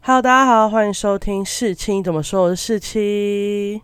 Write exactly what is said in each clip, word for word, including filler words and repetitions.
Hello， 大家好，欢迎收听世青怎么说，我是世青。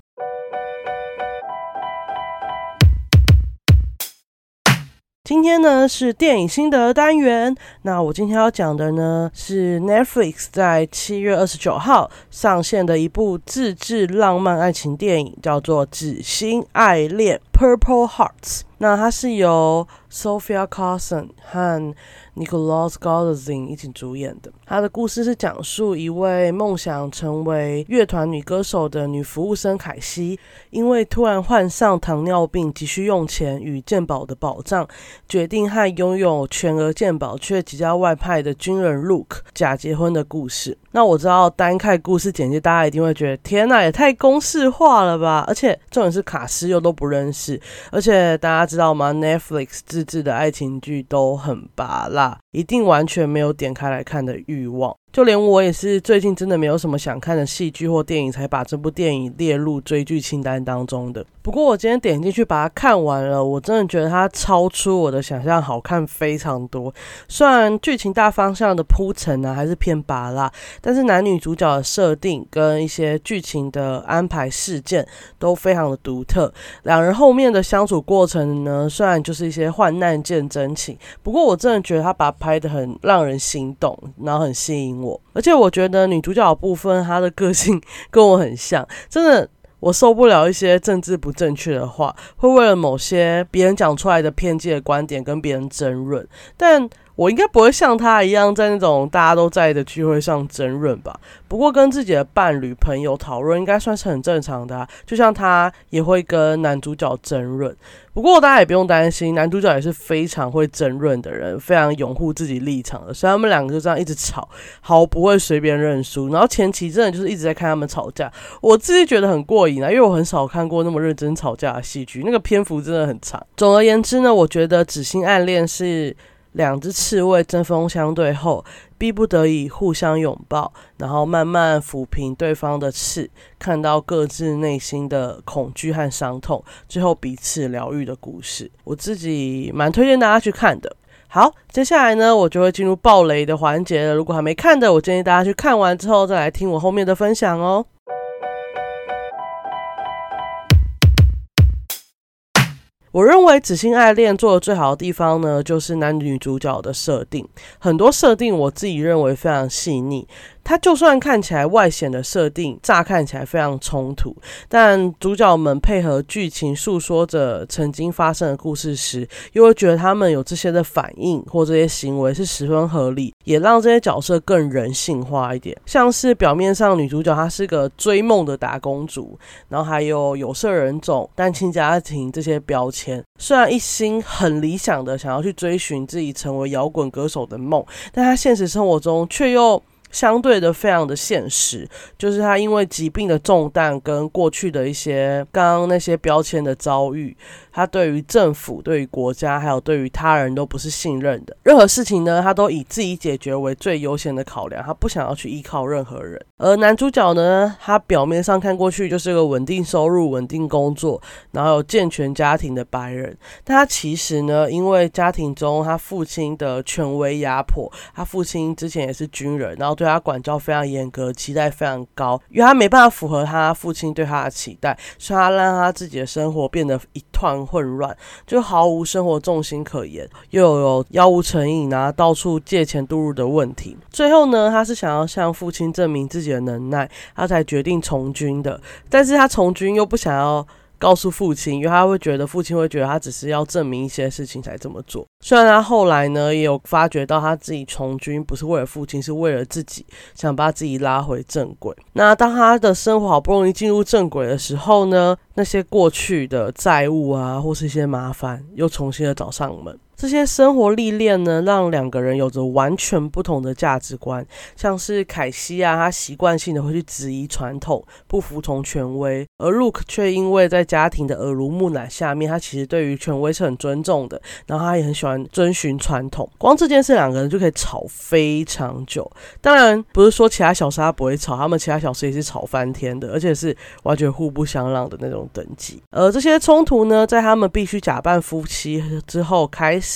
今天呢是电影心得单元，那我今天要讲的呢是 Netflix 在七月二十九号上线的一部自制浪漫爱情电影，叫做《紫心爱恋》 Purple Hearts。那它是由 Sofia Carson 和 Nicholas Goldstein 一起主演的。它的故事是讲述一位梦想成为乐团女歌手的女服务生凯西，因为突然患上糖尿病，急需用钱与健保的保障，决定和拥有全额健保却即将外派的军人 Luke 假结婚的故事。那我知道单看故事简介，大家一定会觉得天哪，也太公式化了吧，而且重点是卡司又都不认识，而且大家知道吗？ Netflix 自制的爱情剧都很拔辣，一定完全没有点开来看的欲望。就连我也是最近真的没有什么想看的戏剧或电影，才把这部电影列入追剧清单当中的。不过我今天点进去把它看完了，我真的觉得它超出我的想象，好看非常多。虽然剧情大方向的铺陈啊还是偏拔辣，但是男女主角的设定跟一些剧情的安排事件都非常的独特。两人后面的相处过程呢，虽然就是一些患难见真情，不过我真的觉得他把它拍得很让人心动，然后很吸引我。而且我觉得女主角的部分，她的个性跟我很像，真的我受不了一些政治不正确的话，会为了某些别人讲出来的偏激的观点跟别人争论，但我应该不会像他一样在那种大家都在的聚会上争论吧。不过跟自己的伴侣朋友讨论应该算是很正常的啊，就像他也会跟男主角争论。不过大家也不用担心，男主角也是非常会争论的人，非常拥护自己立场的，所以他们两个就这样一直吵，毫不会随便认输。然后前期真的就是一直在看他们吵架，我自己觉得很过瘾啊，因为我很少看过那么认真吵架的戏剧，那个篇幅真的很长。总而言之呢，我觉得《紫心爱恋》是两只刺猬针锋相对后，逼不得已互相拥抱，然后慢慢抚平对方的刺，看到各自内心的恐惧和伤痛，最后彼此疗愈的故事。我自己蛮推荐大家去看的。好，接下来呢，我就会进入爆雷的环节了。如果还没看的，我建议大家去看完之后再来听我后面的分享哦。我认为《紫心爱恋》做的最好的地方呢，就是男女主角的设定。很多设定我自己认为非常细腻，它就算看起来外显的设定乍看起来非常冲突，但主角们配合剧情诉说着曾经发生的故事时，又会觉得他们有这些的反应或这些行为是十分合理，也让这些角色更人性化一点。像是表面上女主角她是个追梦的打工族，然后还有有色人种、单亲家庭这些标签，虽然一心很理想的想要去追寻自己成为摇滚歌手的梦，但她现实生活中却又相对的非常的现实，就是他因为疾病的重担跟过去的一些刚刚那些标签的遭遇，他对于政府、对于国家还有对于他人都不是信任的。任何事情呢，他都以自己解决为最优先的考量，他不想要去依靠任何人。而男主角呢，他表面上看过去就是个稳定收入、稳定工作，然后有健全家庭的白人，但他其实呢，因为家庭中他父亲的权威压迫，他父亲之前也是军人，然后对他管教非常严格，期待非常高，因为他没办法符合他父亲对他的期待，所以他让他自己的生活变得一团混乱，就毫无生活重心可言，又有药物成瘾啊，到处借钱度日的问题。最后呢，他是想要向父亲证明自己的能耐，他才决定从军的。但是他从军又不想要告诉父亲，因为他会觉得父亲会觉得他只是要证明一些事情才这么做。虽然他后来呢也有发觉到他自己从军不是为了父亲，是为了自己，想把自己拉回正轨。那当他的生活好不容易进入正轨的时候呢，那些过去的债务啊或是一些麻烦又重新的找上门。这些生活历练呢，让两个人有着完全不同的价值观。像是凯西啊，他习惯性的会去质疑传统，不服从权威，而 Luke 却因为在家庭的耳濡目染下面，他其实对于权威是很尊重的，然后他也很喜欢遵循传统。光这件事两个人就可以吵非常久。当然不是说其他小事他不会吵，他们其他小事也是吵翻天的，而且是完全互不相让的那种等级。而这些冲突呢，在他们必须假扮夫妻之后开始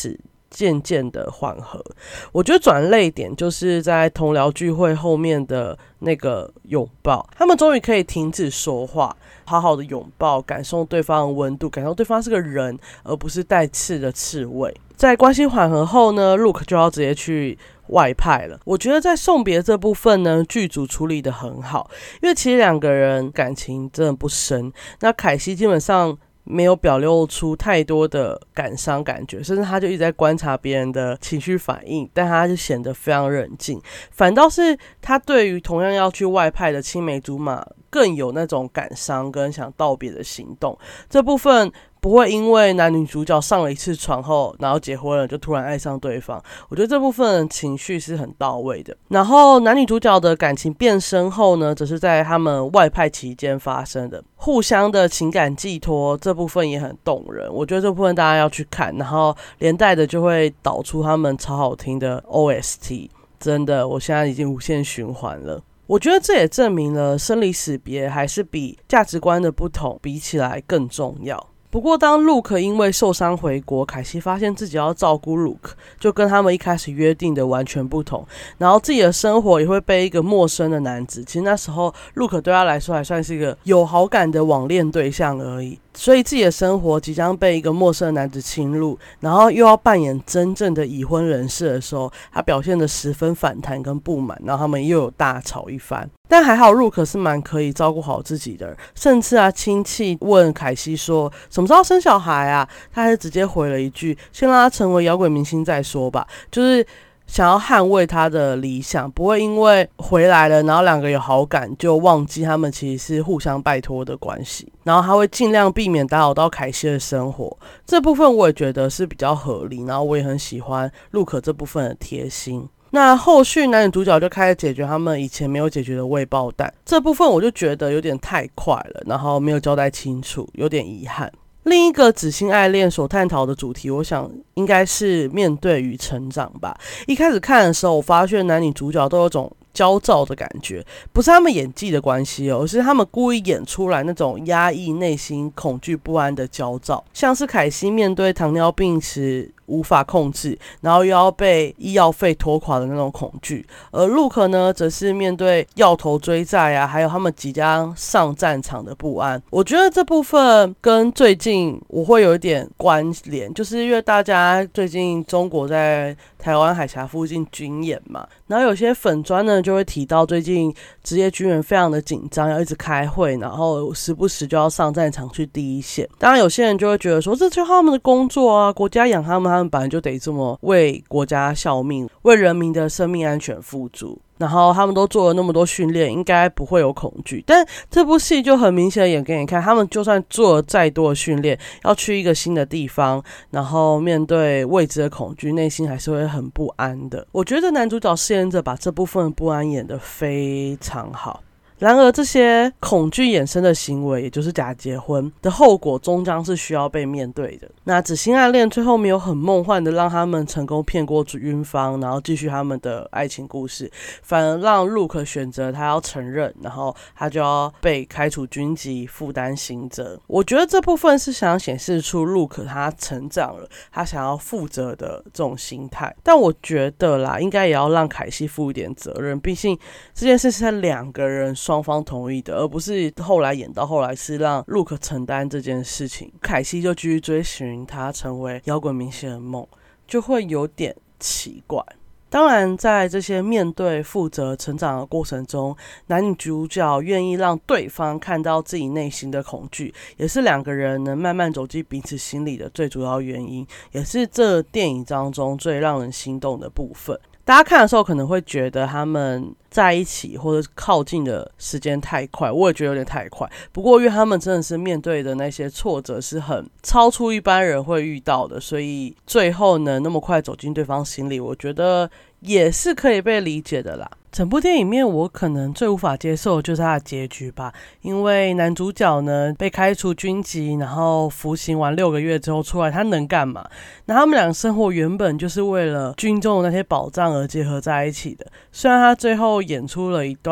渐渐的缓和。我觉得转泪点就是在同僚聚会后面的那个拥抱，他们终于可以停止说话，好好的拥抱，感受对方的温度，感受对方是个人，而不是带刺的刺猬。在关系缓和后呢 Luke 就要直接去外派了。我觉得在送别这部分呢，剧组处理得很好，因为其实两个人感情真的不深，那凯西基本上没有表露出太多的感伤感觉，甚至他就一直在观察别人的情绪反应，但他就显得非常冷静，反倒是他对于同样要去外派的青梅竹马更有那种感伤跟想道别的行动。这部分不会因为男女主角上了一次床后然后结婚了就突然爱上对方，我觉得这部分情绪是很到位的。然后男女主角的感情变深后呢，则是在他们外派期间发生的，互相的情感寄托，这部分也很动人，我觉得这部分大家要去看，然后连带的就会导出他们超好听的 O S T， 真的我现在已经无限循环了。我觉得这也证明了生离死别还是比价值观的不同比起来更重要。不过当 Luke 因为受伤回国，凯西发现自己要照顾 Luke， 就跟他们一开始约定的完全不同，然后自己的生活也会被一个陌生的男子，其实那时候 Luke 对他来说还算是一个有好感的网恋对象而已，所以自己的生活即将被一个陌生的男子侵入，然后又要扮演真正的已婚人士的时候，他表现得十分反弹跟不满，然后他们又有大吵一番。但还好 Luke 是蛮可以照顾好自己的，甚至啊亲戚问凯西说什么时候生小孩啊，他还是直接回了一句先让他成为摇滚明星再说吧，就是想要捍卫他的理想，不会因为回来了然后两个有好感就忘记他们其实是互相拜托的关系，然后他会尽量避免打扰到凯西的生活。这部分我也觉得是比较合理，然后我也很喜欢 Luke 这部分的贴心。那后续男女主角就开始解决他们以前没有解决的未爆弹，这部分我就觉得有点太快了，然后没有交代清楚，有点遗憾。另一个紫星爱恋所探讨的主题，我想应该是面对与成长吧。一开始看的时候，我发现男女主角都有种焦躁的感觉，不是他们演技的关系哦，而是他们故意演出来那种压抑内心恐惧不安的焦躁，像是凯西面对糖尿病时无法控制，然后又要被医药费拖垮的那种恐惧，而 Luke 呢则是面对药头追债啊，还有他们即将上战场的不安。我觉得这部分跟最近我会有一点关联，就是因为大家最近中国在台湾海峡附近军演嘛，然后有些粉专呢就会提到最近职业军人非常的紧张，要一直开会，然后时不时就要上战场去第一线。当然有些人就会觉得说这就是他们的工作啊，国家养他们，他们本来就得这么为国家效命，为人民的生命安全付诸，然后他们都做了那么多训练，应该不会有恐惧。但这部戏就很明显的演给你看，他们就算做了再多的训练，要去一个新的地方，然后面对未知的恐惧，内心还是会很不安的。我觉得男主角饰演者把这部分的不安演得非常好。然而这些恐惧衍生的行为，也就是假结婚的后果，终将是需要被面对的。那紫星暗恋最后没有很梦幻的让他们成功骗过军方，然后继续他们的爱情故事，反而让 Luke 选择他要承认，然后他就要被开除军籍，负担刑责。我觉得这部分是想显示出 Luke 他成长了，他想要负责的这种心态。但我觉得啦，应该也要让凯西负一点责任，毕竟这件事是在两个人双方同意的，而不是后来演到后来是让 Luke 承担这件事情，凯西就继续追寻他成为摇滚明星的梦，就会有点奇怪。当然在这些面对负责成长的过程中，男女主角愿意让对方看到自己内心的恐惧，也是两个人能慢慢走进彼此心里的最主要原因，也是这电影当中最让人心动的部分。大家看的时候可能会觉得他们在一起或者靠近的时间太快，我也觉得有点太快。不过因为他们真的是面对的那些挫折是很超出一般人会遇到的，所以最后能那么快走进对方心里，我觉得也是可以被理解的啦。整部电影里面我可能最无法接受的就是他的结局吧，因为男主角呢被开除军籍，然后服刑完六个月之后出来，他能干嘛？那他们俩生活原本就是为了军中的那些保障而结合在一起的，虽然他最后演出了一段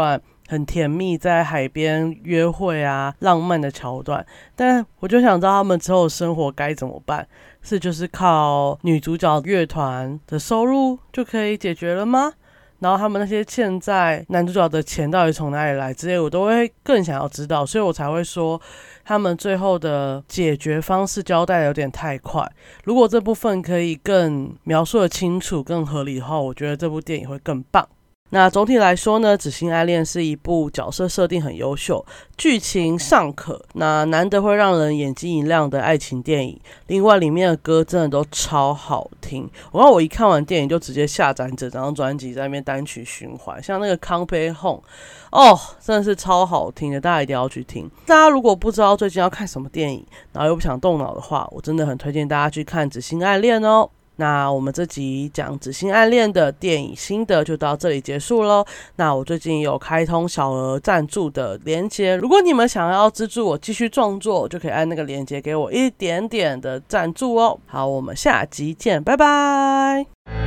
很甜蜜在海边约会啊浪漫的桥段，但我就想知道他们之后的生活该怎么办，是就是靠女主角乐团的收入就可以解决了吗？然后他们那些欠债男主角的钱到底从哪里来之类，我都会更想要知道，所以我才会说他们最后的解决方式交代的有点太快。如果这部分可以更描述的清楚更合理的话，我觉得这部电影会更棒。那总体来说呢，《紫星爱恋》是一部角色设定很优秀，剧情尚可，那难得会让人眼睛一亮的爱情电影。另外里面的歌真的都超好听，我看我一看完电影就直接下载整张专辑在那边单曲循环，像那个《Come Back Home》哦，真的是超好听的，大家一定要去听。大家如果不知道最近要看什么电影，然后又不想动脑的话，我真的很推荐大家去看《紫星爱恋》哦。那我们这集讲《紫星爱恋》的电影心得就到这里结束咯。那我最近有开通小额赞助的连结，如果你们想要资助我继续创作，就可以按那个连结给我一点点的赞助哦。好，我们下集见，拜拜。